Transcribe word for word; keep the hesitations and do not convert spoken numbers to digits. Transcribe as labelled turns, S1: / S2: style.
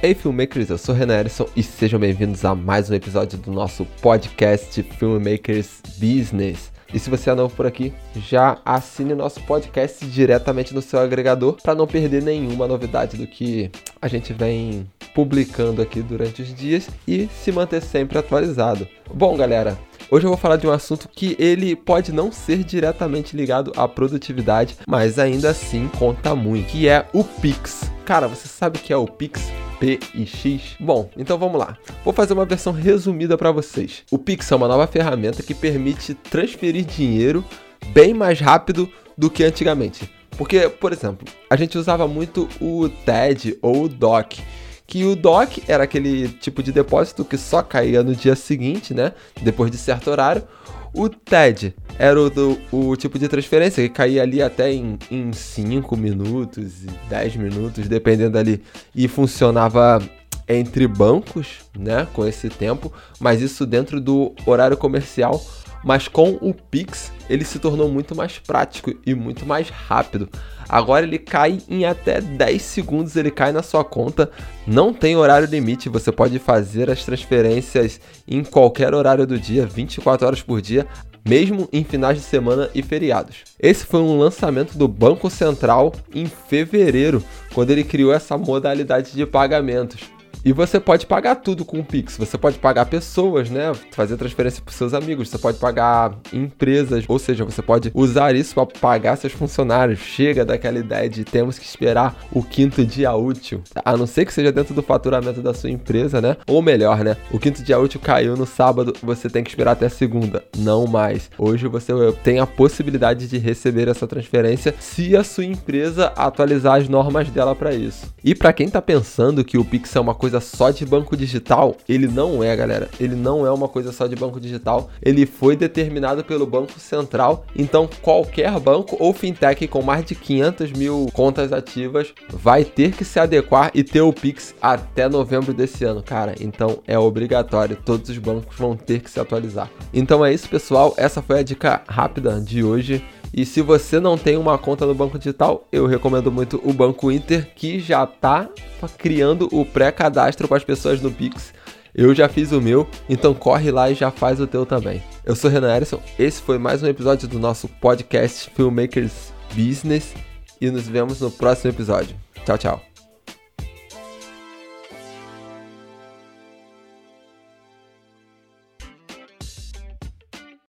S1: Hey Filmmakers, eu sou Renan Erison e sejam bem-vindos a mais um episódio do nosso podcast Filmmakers Business. E se você é novo por aqui, já assine nosso podcast diretamente no seu agregador para não perder nenhuma novidade do que a gente vem publicando aqui durante os dias e se manter sempre atualizado. Bom, galera, hoje eu vou falar de um assunto que ele pode não ser diretamente ligado à produtividade, mas ainda assim conta muito, que é o Pix. Cara, você sabe o que é o Pix? P e X? Bom, então vamos lá. Vou fazer uma versão resumida para vocês. O Pix é uma nova ferramenta que permite transferir dinheiro bem mais rápido do que antigamente. Porque, por exemplo, a gente usava muito o T E D ou o D O C, que o D O C era aquele tipo de depósito que só caía no dia seguinte, né? Depois de certo horário. O T E D era o, do, o tipo de transferência que caía ali até em cinco minutos e dez minutos, dependendo ali, e funcionava entre bancos, né, com esse tempo, mas isso dentro do horário comercial. Mas com o Pix, ele se tornou muito mais prático e muito mais rápido. Agora ele cai em até dez segundos, ele cai na sua conta, não tem horário limite, você pode fazer as transferências em qualquer horário do dia, vinte e quatro horas por dia, mesmo em finais de semana e feriados. Esse foi um lançamento do Banco Central em fevereiro, quando ele criou essa modalidade de pagamentos. E você pode pagar tudo com o Pix, você pode pagar pessoas, né, fazer transferência para seus amigos, você pode pagar empresas, ou seja, você pode usar isso para pagar seus funcionários. Chega daquela ideia de temos que esperar o quinto dia útil, a não ser que seja dentro do faturamento da sua empresa, né, ou melhor, né, o quinto dia útil caiu no sábado, você tem que esperar até segunda, não mais. Hoje você tem a possibilidade de receber essa transferência se a sua empresa atualizar as normas dela para isso. E para quem está pensando que o Pix é uma coisa só de banco digital, ele não é, galera. Ele não é uma coisa só de banco digital. Ele foi determinado pelo Banco Central. Então, qualquer banco ou fintech com mais de quinhentas mil contas ativas vai ter que se adequar e ter o Pix até novembro desse ano, cara. Então, é obrigatório. Todos os bancos vão ter que se atualizar. Então, é isso, pessoal. Essa foi a dica rápida de hoje. E se você não tem uma conta no banco digital, eu recomendo muito o Banco Inter, que já está criando o pré-cadastro para as pessoas no Pix. Eu já fiz o meu, então corre lá e já faz o teu também. Eu sou Renan Erison, esse foi mais um episódio do nosso podcast Filmmakers Business e nos vemos no próximo episódio. Tchau, tchau.